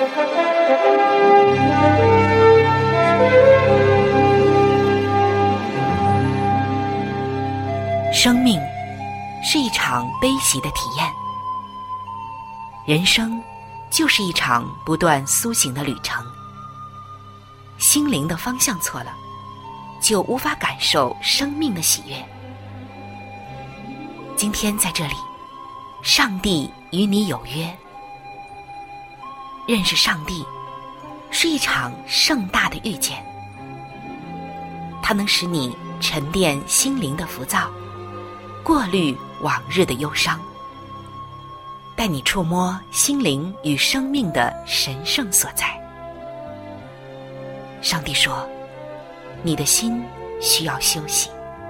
生命是一场悲喜的体验，人生就是一场不断苏醒的旅程。心灵的方向错了，就无法感受生命的喜悦。今天在这里，上帝与你有约。认识上帝是一场盛大的遇见，它能使你沉淀心灵的浮躁，过滤往日的忧伤，带你触摸心灵与生命的神圣所在。上帝说，你的心需要休息。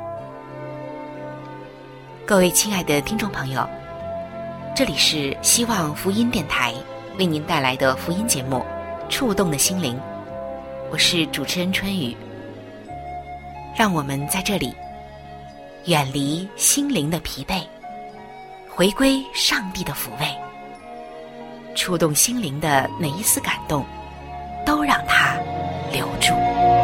各位亲爱的听众朋友，这里是希望福音电台为您带来的福音节目《触动的心灵》，我是主持人春雨。让我们在这里远离心灵的疲惫，回归上帝的抚慰，触动心灵的每一丝感动，都让它留住。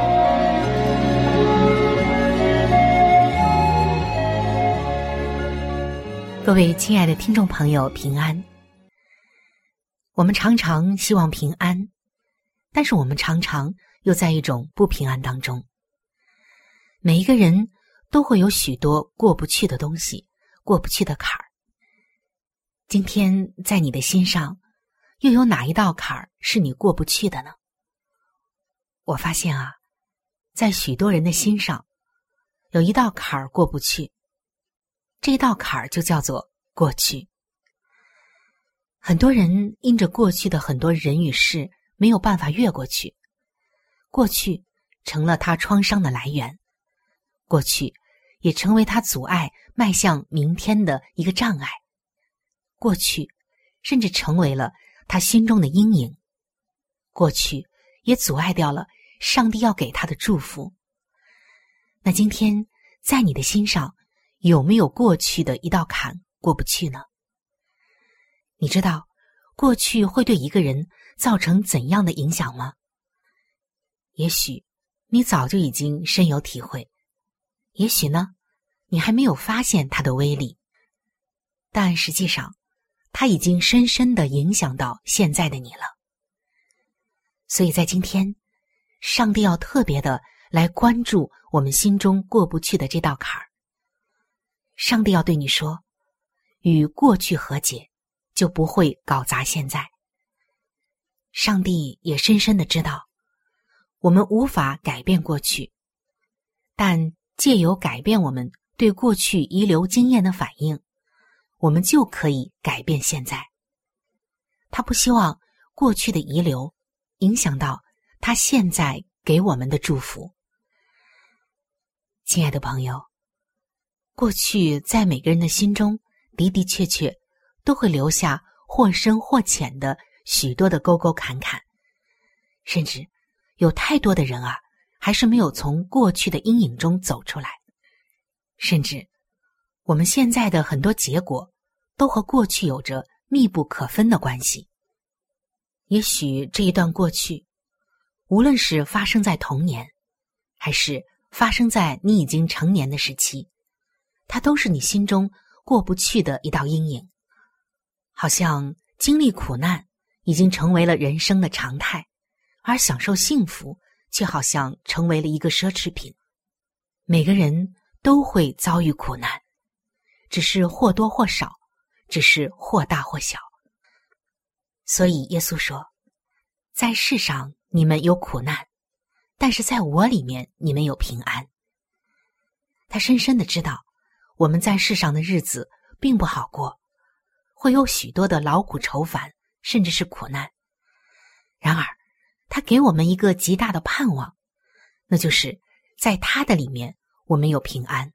各位亲爱的听众朋友，平安。我们常常希望平安，但是我们常常又在一种不平安当中。每一个人都会有许多过不去的东西，过不去的坎儿。今天在你的心上，又有哪一道坎儿是你过不去的呢？我发现啊，在许多人的心上，有一道坎儿过不去，这道坎儿就叫做过去。很多人因着过去的很多人与事没有办法越过去，过去成了他创伤的来源，过去也成为他阻碍迈向明天的一个障碍，过去甚至成为了他心中的阴影，过去也阻碍掉了上帝要给他的祝福。那今天在你的心上有没有过去的一道坎过不去呢？你知道过去会对一个人造成怎样的影响吗？也许你早就已经深有体会，也许呢，你还没有发现它的威力，但实际上它已经深深地影响到现在的你了。所以在今天，上帝要特别的来关注我们心中过不去的这道坎儿。上帝要对你说，与过去和解，就不会搞砸现在。上帝也深深地知道，我们无法改变过去，但借由改变我们对过去遗留经验的反应，我们就可以改变现在。他不希望过去的遗留影响到他现在给我们的祝福。亲爱的朋友，过去在每个人的心中的的确确都会留下或深或浅的许多的沟沟坎坎，甚至有太多的人啊，还是没有从过去的阴影中走出来。甚至我们现在的很多结果都和过去有着密不可分的关系。也许这一段过去，无论是发生在童年，还是发生在你已经成年的时期，它都是你心中过不去的一道阴影。好像经历苦难已经成为了人生的常态，而享受幸福却好像成为了一个奢侈品。每个人都会遭遇苦难，只是或多或少，只是或大或小。所以耶稣说，在世上你们有苦难，但是在我里面你们有平安。他深深地知道我们在世上的日子并不好过，会有许多的劳苦愁烦，甚至是苦难。然而他给我们一个极大的盼望，那就是在他的里面我们有平安。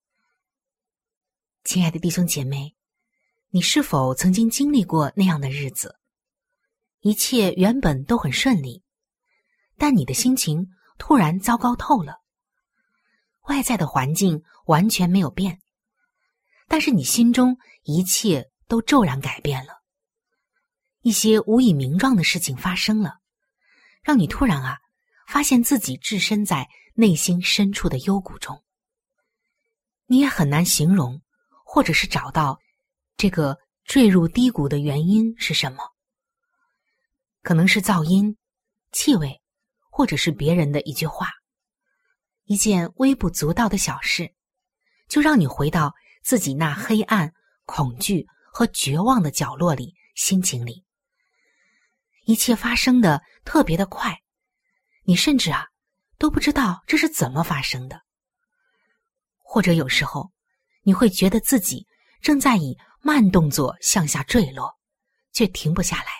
亲爱的弟兄姐妹，你是否曾经经历过那样的日子？一切原本都很顺利，但你的心情突然糟糕透了。外在的环境完全没有变，但是你心中一切都骤然改变了。 一些无以名状的事情发生了，让你突然发现自己置身在内心深处的幽谷中。你也很难形容，或者是找到这个坠入低谷的原因是什么。可能是噪音、气味，或者是别人的一句话，一件微不足道的小事，就让你回到自己那黑暗、恐惧和绝望的角落里、心情里。一切发生的特别的快，你甚至都不知道这是怎么发生的。或者有时候你会觉得自己正在以慢动作向下坠落，却停不下来。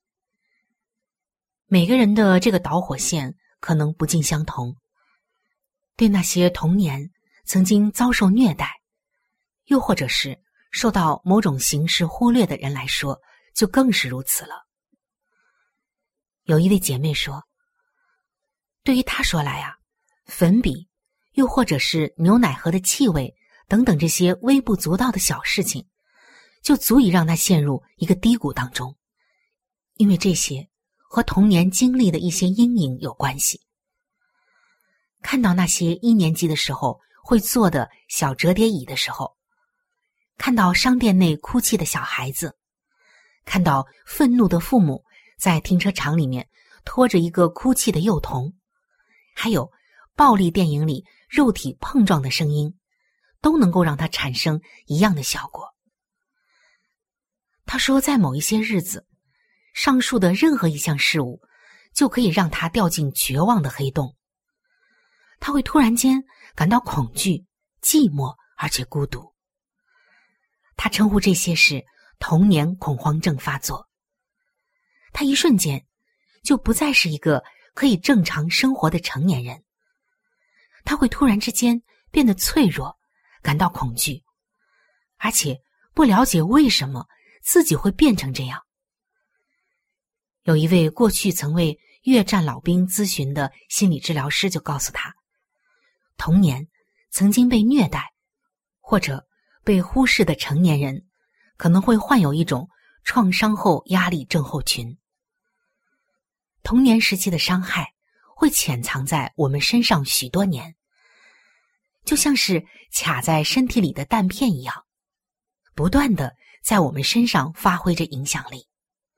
每个人的这个导火线可能不尽相同，对那些童年曾经遭受虐待，又或者是受到某种形式忽略的人来说，就更是如此了。有一位姐妹说，对于她说来粉笔又或者是牛奶盒的气味等等这些微不足道的小事情，就足以让她陷入一个低谷当中，因为这些和童年经历的一些阴影有关系。看到那些1年级的时候会坐的小折叠椅的时候，看到商店内哭泣的小孩子，看到愤怒的父母在停车场里面拖着一个哭泣的幼童，还有暴力电影里肉体碰撞的声音，都能够让他产生一样的效果。他说，在某一些日子，上述的任何一项事物就可以让他掉进绝望的黑洞。他会突然间感到恐惧、寂寞，而且孤独。他称呼这些是童年恐慌症发作。他一瞬间就不再是一个可以正常生活的成年人。他会突然之间变得脆弱，感到恐惧，而且不了解为什么自己会变成这样。有一位过去曾为越战老兵咨询的心理治疗师就告诉他，童年曾经被虐待或者被忽视的成年人可能会患有一种创伤后压力症候群。童年时期的伤害会潜藏在我们身上许多年，就像是卡在身体里的弹片一样，不断地在我们身上发挥着影响力。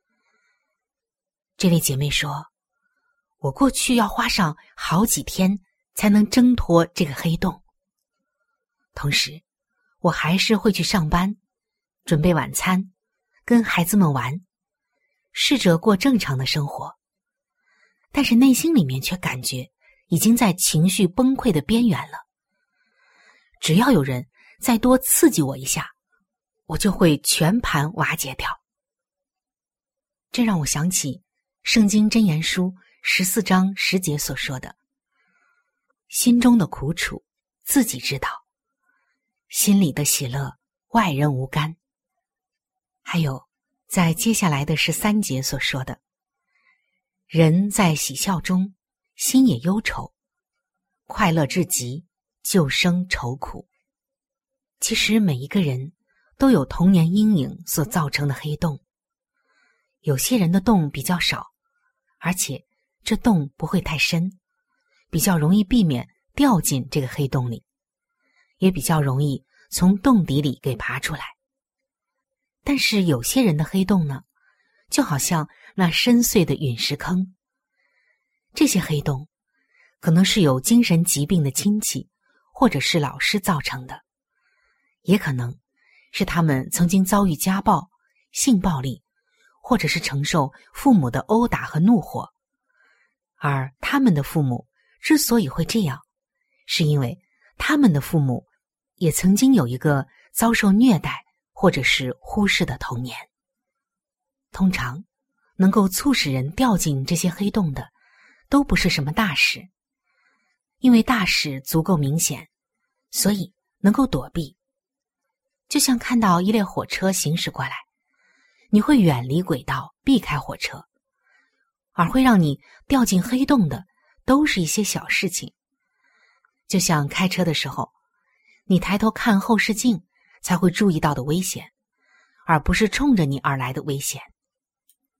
这位姐妹说，我过去要花上好几天才能挣脱这个黑洞。同时，我还是会去上班，准备晚餐，跟孩子们玩，试着过正常的生活。但是内心里面却感觉已经在情绪崩溃的边缘了。只要有人再多刺激我一下，我就会全盘瓦解掉。这让我想起圣经箴言书14章10节所说的，心中的苦楚自己知道，心里的喜乐外人无干。还有在接下来的13节所说的，人在喜笑中，心也忧愁，快乐至极，就生愁苦。其实每一个人都有童年阴影所造成的黑洞，有些人的洞比较少，而且这洞不会太深，比较容易避免掉进这个黑洞里，也比较容易从洞底里给爬出来。但是有些人的黑洞呢，就好像那深邃的陨石坑。这些黑洞可能是有精神疾病的亲戚或者是老师造成的，也可能是他们曾经遭遇家暴、性暴力，或者是承受父母的殴打和怒火。而他们的父母之所以会这样，是因为他们的父母也曾经有一个遭受虐待或者是忽视的童年。通常能够促使人掉进这些黑洞的都不是什么大事，因为大事足够明显，所以能够躲避。就像看到一列火车行驶过来，你会远离轨道，避开火车，而会让你掉进黑洞的都是一些小事情。就像开车的时候，你抬头看后视镜才会注意到的危险，而不是冲着你而来的危险。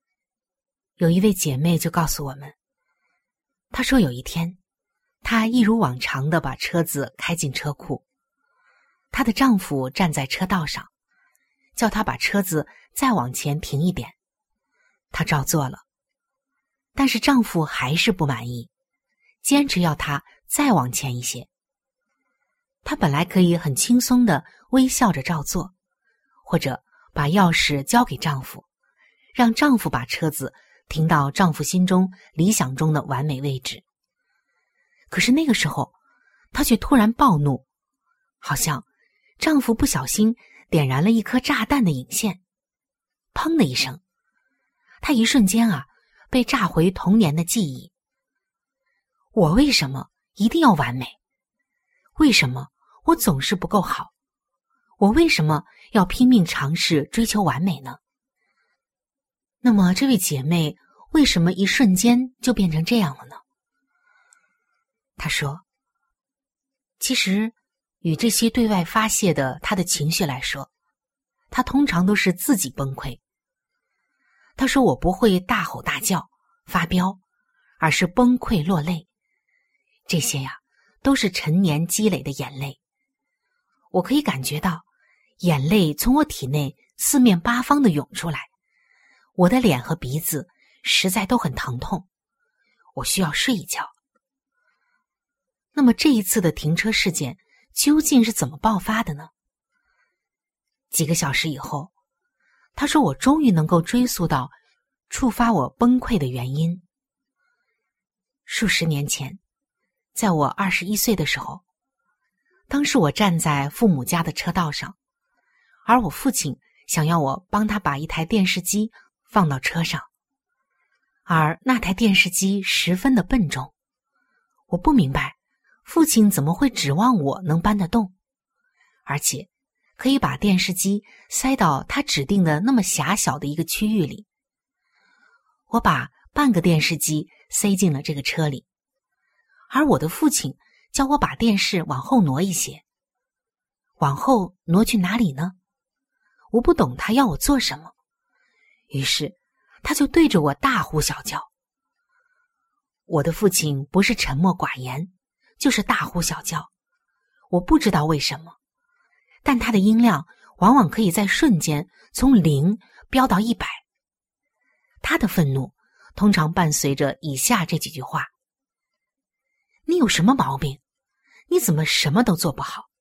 有一位姐妹就告诉我们，她说有一天，她一如往常的把车子开进车库，她的丈夫站在车道上，叫她把车子再往前停一点，她照做了，但是丈夫还是不满意，坚持要她再往前一些。她本来可以很轻松的微笑着照做，或者把钥匙交给丈夫，让丈夫把车子停到丈夫心中理想中的完美位置。可是那个时候，她却突然暴怒，好像丈夫不小心点燃了一颗炸弹的引线，砰的一声，她一瞬间被炸回童年的记忆。我为什么一定要完美？为什么我总是不够好？我为什么要拼命尝试追求完美呢？那么这位姐妹为什么一瞬间就变成这样了呢？她说，其实与这些对外发泄的她的情绪来说，她通常都是自己崩溃。她说，我不会大吼大叫发飙，而是崩溃落泪，这些都是陈年积累的眼泪。我可以感觉到眼泪从我体内四面八方的涌出来，我的脸和鼻子实在都很疼痛，我需要睡一觉。那么这一次的停车事件究竟是怎么爆发的呢？几个小时以后，她说，我终于能够追溯到触发我崩溃的原因。数十年前，在我21岁的时候，当时我站在父母家的车道上，而我父亲想要我帮他把一台电视机放到车上，而那台电视机十分的笨重，我不明白父亲怎么会指望我能搬得动，而且可以把电视机塞到他指定的那么狭小的一个区域里。我把半个电视机塞进了这个车里，而我的父亲叫我把电视往后挪一些。往后挪去哪里呢？我不懂他要我做什么，于是他就对着我大呼小叫。我的父亲不是沉默寡言，就是大呼小叫，我不知道为什么，但他的音量往往可以在瞬间从0飙到100。他的愤怒通常伴随着以下这几句话：你有什么毛病？你怎么什么都做不好？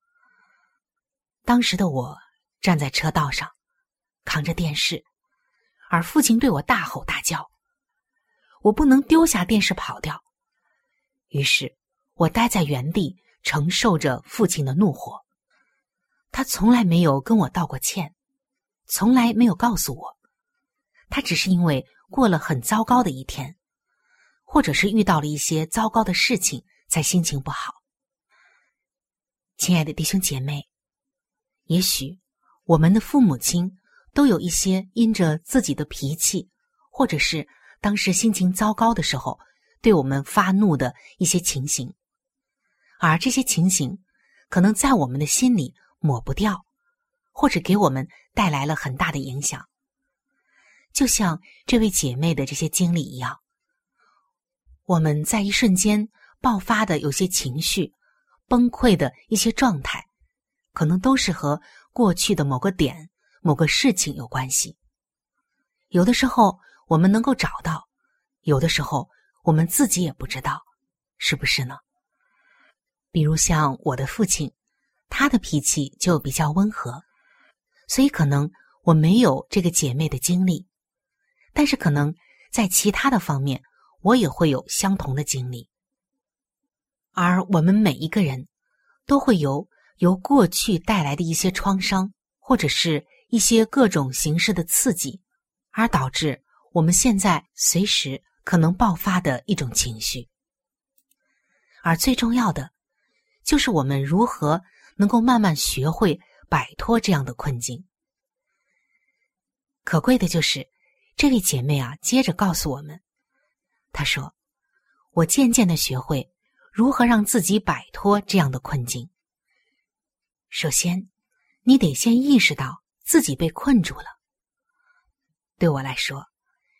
当时的我站在车道上，扛着电视，而父亲对我大吼大叫。我不能丢下电视跑掉，于是我待在原地，承受着父亲的怒火。他从来没有跟我道过歉，从来没有告诉我，他只是因为过了很糟糕的一天，或者是遇到了一些糟糕的事情，才心情不好。亲爱的弟兄姐妹，也许我们的父母亲都有一些因着自己的脾气，或者是当时心情糟糕的时候对我们发怒的一些情形，而这些情形可能在我们的心里抹不掉，或者给我们带来了很大的影响。就像这位姐妹的这些经历一样，我们在一瞬间爆发的有些情绪，崩溃的一些状态，可能都是和过去的某个点、某个事情有关系。有的时候我们能够找到，有的时候我们自己也不知道，是不是呢？比如像我的父亲，他的脾气就比较温和，所以可能我没有这个姐妹的经历，但是可能在其他的方面我也会有相同的经历。而我们每一个人都会由过去带来的一些创伤，或者是一些各种形式的刺激，而导致我们现在随时可能爆发的一种情绪。而最重要的就是我们如何能够慢慢学会摆脱这样的困境。可贵的就是这位姐妹接着告诉我们，她说，我渐渐地学会如何让自己摆脱这样的困境。首先，你得先意识到自己被困住了。对我来说，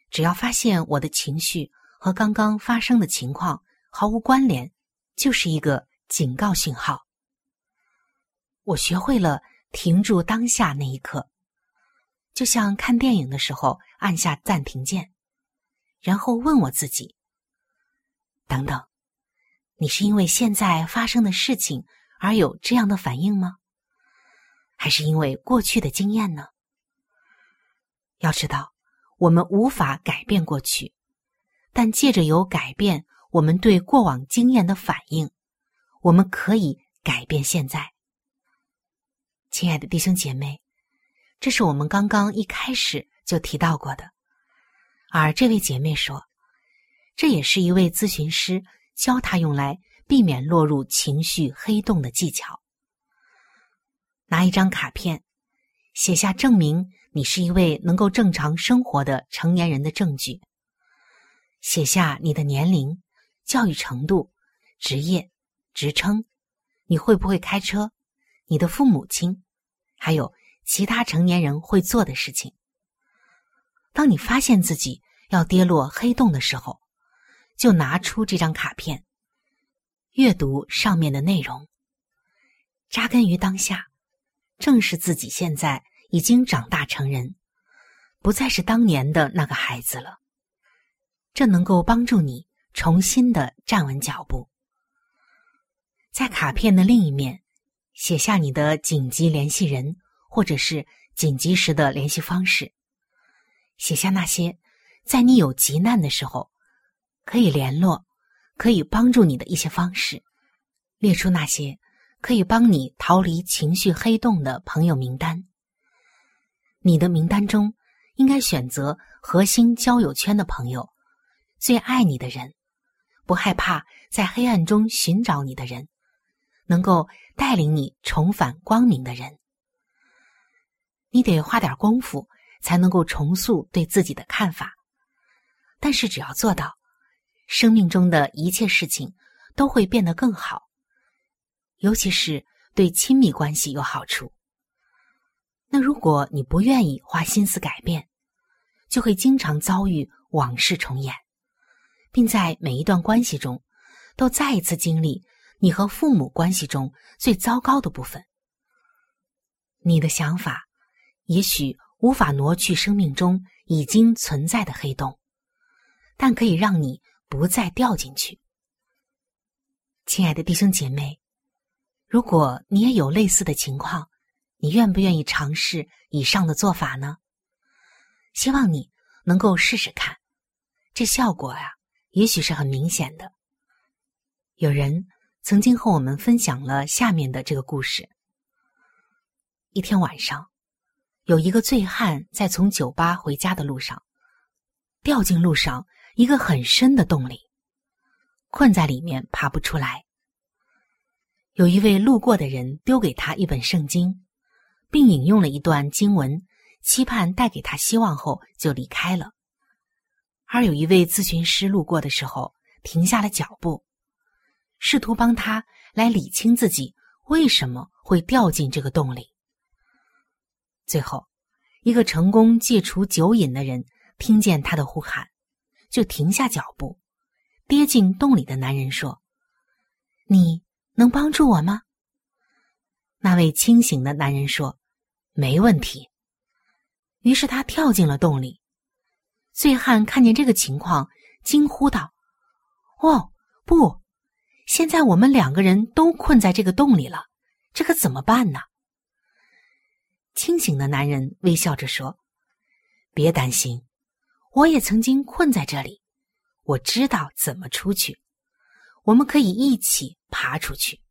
只要发现我的情绪和刚刚发生的情况毫无关联，就是一个警告讯号。我学会了停住当下那一刻，就像看电影的时候按下暂停键，然后问我自己，等等，你是因为现在发生的事情而有这样的反应吗？还是因为过去的经验呢？要知道，我们无法改变过去，但借着有改变我们对过往经验的反应，我们可以改变现在。亲爱的弟兄姐妹，这是我们刚刚一开始就提到过的。而这位姐妹说，这也是一位咨询师教她用来避免落入情绪黑洞的技巧。拿一张卡片，写下证明你是一位能够正常生活的成年人的证据，写下你的年龄、教育程度、职业、职称，你会不会开车，你的父母亲，还有其他成年人会做的事情。当你发现自己要跌落黑洞的时候，就拿出这张卡片，阅读上面的内容，扎根于当下，正是自己现在已经长大成人，不再是当年的那个孩子了。这能够帮助你重新的站稳脚步。在卡片的另一面，写下你的紧急联系人或者是紧急时的联系方式，写下那些在你有急难的时候可以联络、可以帮助你的一些方式，列出那些可以帮你逃离情绪黑洞的朋友名单。你的名单中应该选择核心交友圈的朋友，最爱你的人，不害怕在黑暗中寻找你的人，能够带领你重返光明的人。你得花点功夫才能够重塑对自己的看法，但是只要做到，生命中的一切事情都会变得更好，尤其是对亲密关系有好处。那如果你不愿意花心思改变，就会经常遭遇往事重演，并在每一段关系中都再一次经历你和父母关系中最糟糕的部分。你的想法也许无法挪去生命中已经存在的黑洞，但可以让你不再掉进去。亲爱的弟兄姐妹，如果你也有类似的情况，你愿不愿意尝试以上的做法呢？希望你能够试试看，这效果也许是很明显的。有人曾经和我们分享了下面的这个故事。一天晚上，有一个醉汉在从酒吧回家的路上，掉进路上一个很深的洞里，困在里面爬不出来。有一位路过的人丢给他一本圣经，并引用了一段经文，期盼带给他希望后就离开了。而有一位咨询师路过的时候停下了脚步，试图帮他来理清自己为什么会掉进这个洞里。最后，一个成功戒除酒瘾的人听见他的呼喊，就停下脚步，跌进洞里的男人说：“你能帮助我吗？”那位清醒的男人说：“没问题。”于是他跳进了洞里。醉汉看见这个情况，惊呼道：“哦，不！现在我们两个人都困在这个洞里了，这可怎么办呢？”清醒的男人微笑着说：“别担心，我也曾经困在这里，我知道怎么出去，我们可以一起爬出去。”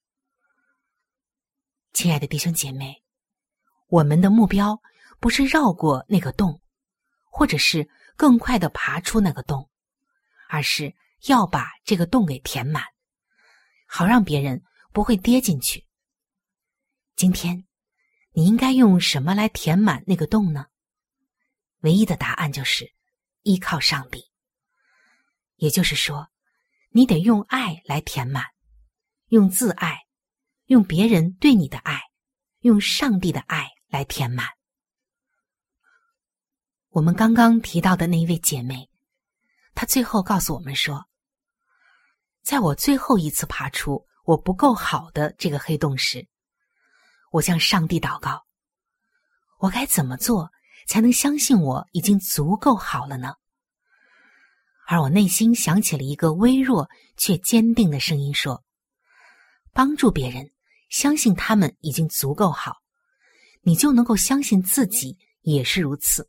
亲爱的弟兄姐妹，我们的目标不是绕过那个洞，或者是更快地爬出那个洞，而是要把这个洞给填满，好让别人不会跌进去。今天你应该用什么来填满那个洞呢？唯一的答案就是依靠上帝。也就是说，你得用爱来填满，用自爱，用别人对你的爱，用上帝的爱来填满。 我们刚刚提到的那一位姐妹，她最后告诉我们说，在我最后一次爬出我不够好的这个黑洞时，我向上帝祷告，我该怎么做才能相信我已经足够好了呢？而我内心响起了一个微弱却坚定的声音说，帮助别人，相信他们已经足够好，你就能够相信自己也是如此。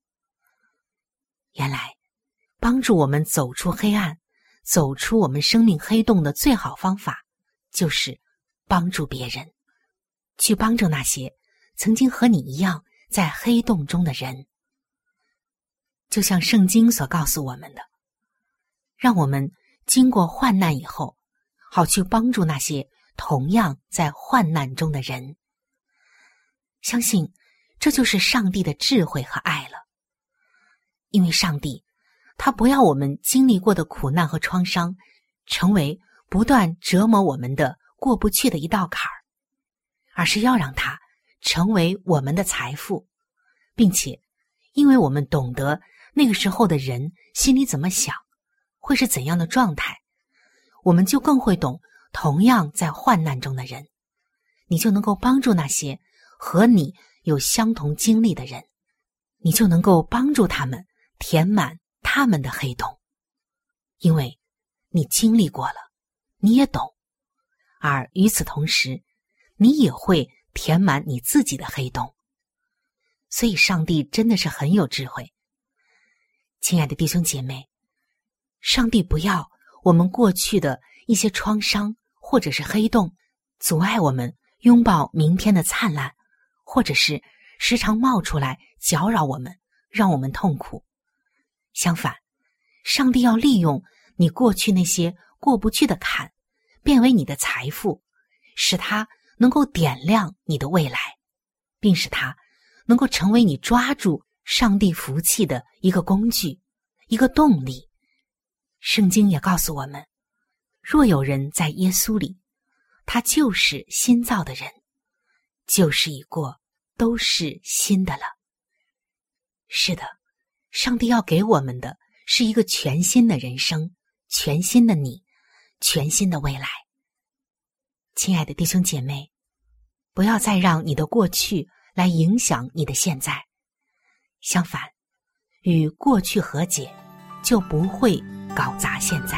原来，帮助我们走出黑暗，走出我们生命黑洞的最好方法，就是帮助别人，去帮助那些曾经和你一样在黑洞中的人。就像圣经所告诉我们的，让我们经过患难以后，好去帮助那些同样在患难中的人。相信这就是上帝的智慧和爱了。因为上帝，他不要我们经历过的苦难和创伤，成为不断折磨我们的过不去的一道坎儿，而是要让它成为我们的财富，并且因为我们懂得那个时候的人心里怎么想，会是怎样的状态，我们就更会懂同样在患难中的人，你就能够帮助那些和你有相同经历的人，你就能够帮助他们填满他们的黑洞，因为你经历过了，你也懂，而与此同时，你也会填满你自己的黑洞。所以上帝真的是很有智慧。亲爱的弟兄姐妹，上帝不要我们过去的一些创伤或者是黑洞阻碍我们拥抱明天的灿烂，或者是时常冒出来搅扰我们，让我们痛苦。相反，上帝要利用你过去那些过不去的坎，变为你的财富，使它能够点亮你的未来，并使它能够成为你抓住上帝福气的一个工具，一个动力。圣经也告诉我们，若有人在耶稣里，他就是新造的人，旧事已过，都是新的了。是的，上帝要给我们的是一个全新的人生，全新的你，全新的未来。亲爱的弟兄姐妹，不要再让你的过去来影响你的现在，相反，与过去和解，就不会搞砸现在。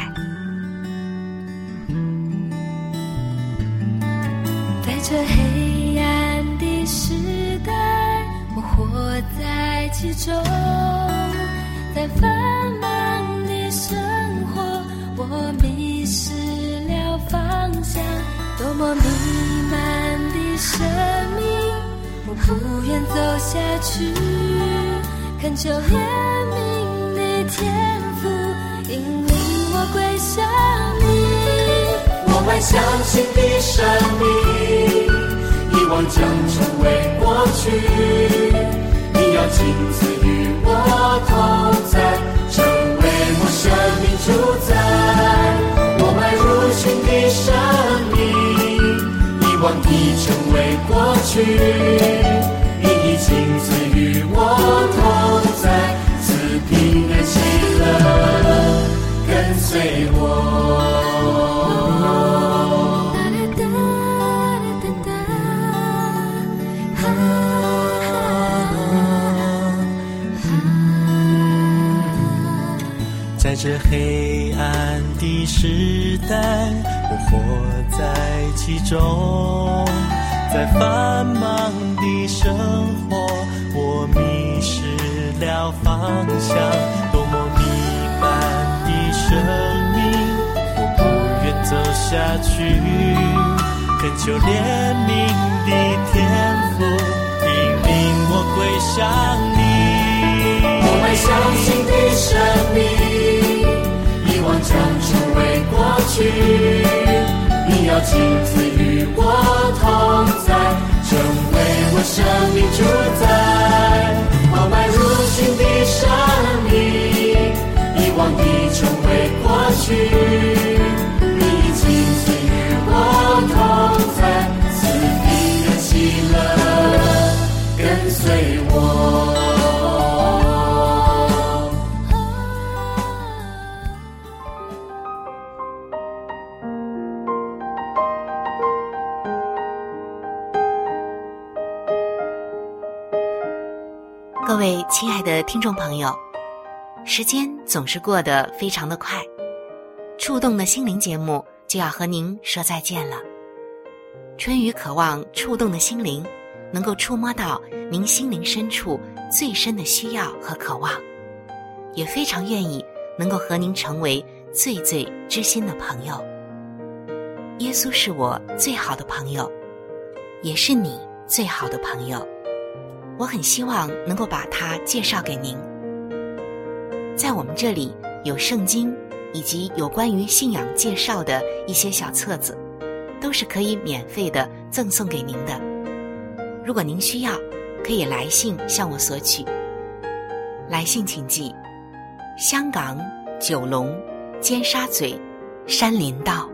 在这黑暗的时代，我活在其中，在繁忙的生活，我迷失了方向，多么弥漫的生命，我不愿走下去，恳求怜悯的天父，引领我归向你。 我们相信的生命，遗忘将成为过去，你要亲自与我同在，成为我生命主宰。我迈入新的生命，遗忘的成为过去，你已亲自与我同在，赐平安喜乐跟随我。 在这黑暗的时代，我活在其中，在繁忙的生活，我迷失了方向，多么迷漫的生命，我不愿走下去，恳求怜悯的天父，引领我归向你。 我们相信的生命，遗忘将成为过去，你要亲自与我同在，成为我生命主宰。我迈入新的生命，遗忘的成为过去，你已亲自与我同在，赐平安喜乐跟随我。 各位亲爱的听众朋友，时间总是过得非常的快，触动的心灵节目就要和您说再见了。春雨渴望触动的心灵能够触摸到您心灵深处最深的需要和渴望，也非常愿意能够和您成为最最知心的朋友。耶稣是我最好的朋友，也是你最好的朋友，我很希望能够把他介绍给您。在我们这里有圣经以及有关于信仰介绍的一些小册子，都是可以免费的赠送给您的。如果您需要，可以来信向我索取。来信请寄香港九龙尖沙咀山林道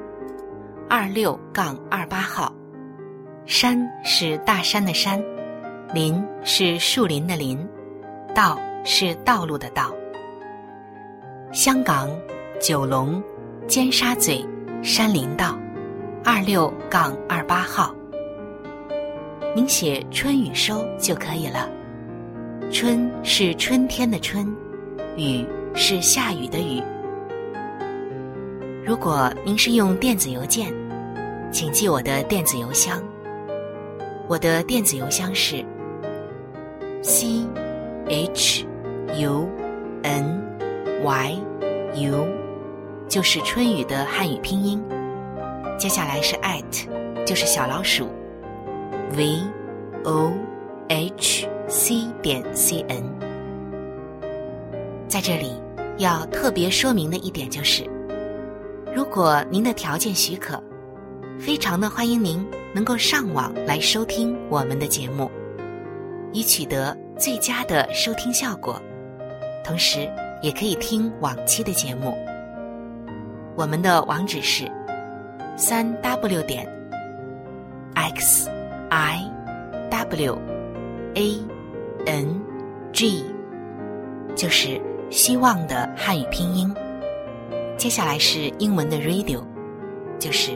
26-28号。山是大山的山，林是树林的林，道是道路的道。香港九龙尖沙咀山林道26-28号。您写春雨收就可以了。春是春天的春，雨是下雨的雨。如果您是用电子邮件，请记我的电子邮箱。我的电子邮箱是 CHUNYU， 就是春雨的汉语拼音，接下来是 @ 就是小老鼠 VOHC.CN。 在这里要特别说明的一点就是，如果您的条件许可，非常的欢迎您能够上网来收听我们的节目，以取得最佳的收听效果，同时也可以听往期的节目。我们的网址是 3w.xiwang， 就是希望的汉语拼音，接下来是英文的 radio， 就是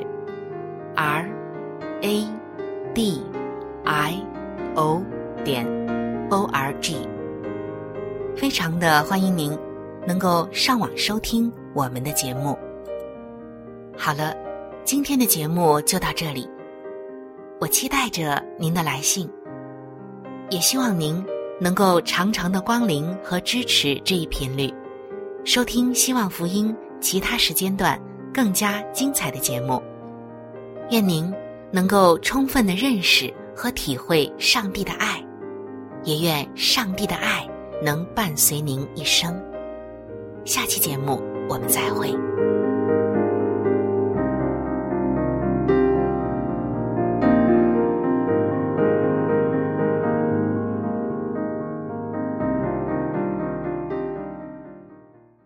RADIO.org。 非常的欢迎您能够上网收听我们的节目。好了，今天的节目就到这里，我期待着您的来信，也希望您能够常常的光临和支持这一频率，收听希望福音其他时间段更加精彩的节目。愿您能够充分的认识和体会上帝的爱，也愿上帝的爱能伴随您一生。下期节目我们再会。